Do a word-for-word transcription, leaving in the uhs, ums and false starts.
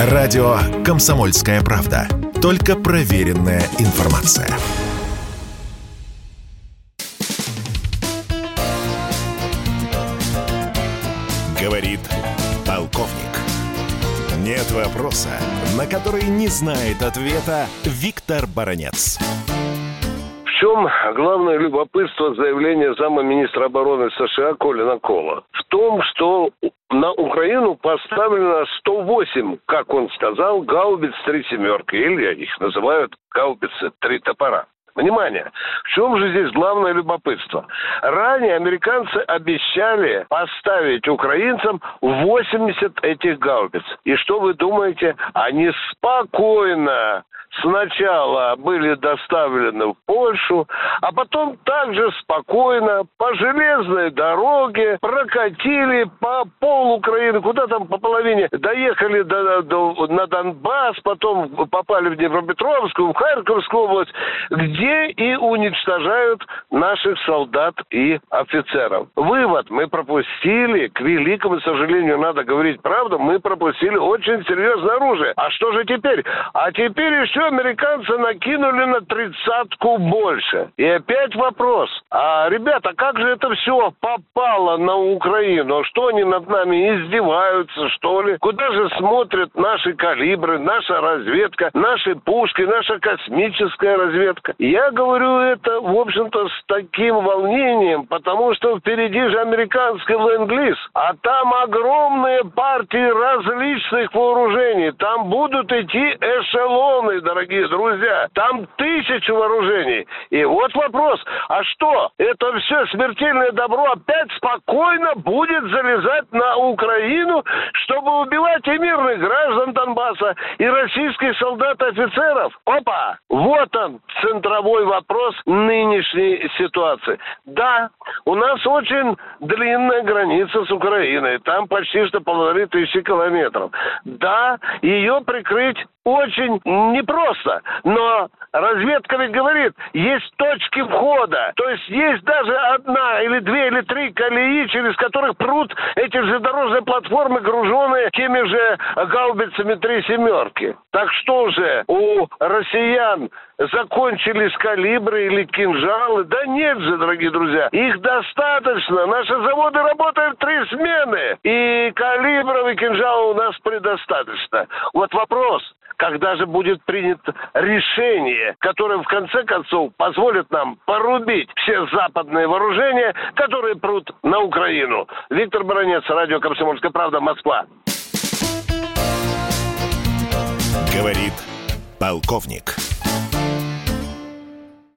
Радио «Комсомольская правда». Только проверенная информация. Говорит полковник. Нет вопроса, на который не знает ответа Виктор Баранец. В чем главное любопытство заявления замминистра обороны США Колина Кола? В том, что на Украину поставлено сто восемь, как он сказал, гаубиц «три семерки», или их называют гаубицы «три топора». Внимание! В чем же здесь главное любопытство? Ранее американцы обещали поставить украинцам восемьдесят этих гаубиц. И что вы думаете? Они спокойно сначала были доставлены в Польшу, а потом также спокойно по железной дороге прокатили по пол Украины, куда там по половине, доехали до, до, на Донбасс, потом попали в Днепропетровскую, в Харьковскую область, где и уничтожают наших солдат и офицеров. Вывод: мы пропустили, к великому сожалению, надо говорить правду, мы пропустили очень серьезное оружие. А что же теперь? А теперь еще американцы накинули на тридцатку больше. И опять вопрос: а, ребята, как же это все попало на Украину? Что они над нами издеваются, что ли? Куда же смотрят наши калибры, наша разведка, наши пушки, наша космическая разведка? Я говорю это, в общем-то, с таким волнением, потому что впереди же американский ленд-лиз, а там огромные партии различных вооружений. Там будут идти эшелоны, дорогие друзья. Там тысячи вооружений. И вот вопрос: а что, это все смертельное добро опять спокойно будет залезать на Украину, чтобы убивать и мирных граждан Донбасса, и российских солдат и офицеров? Опа! Вот он, центровой вопрос нынешней ситуации. Да, у нас очень длинная граница с Украиной. Там почти что полторы тысячи километров. Да, ее прикрыть очень непросто, но разведка ведь говорит, есть точки входа, то есть есть даже одна или две или три колеи, через которых прут эти железнодорожные платформы, груженные теми же гаубицами «три семерки». Так что же, у россиян закончились калибры или кинжалы? Да нет же, дорогие друзья, их достаточно. Наши заводы работают три смены, и калибров и кинжалов у нас предостаточно. Вот вопрос: когда же будет принято решение, которое в конце концов позволит нам порубить все западные вооружения, которые прут на Украину? Виктор Баранец, радио «Комсомольская правда», Москва. Говорит полковник.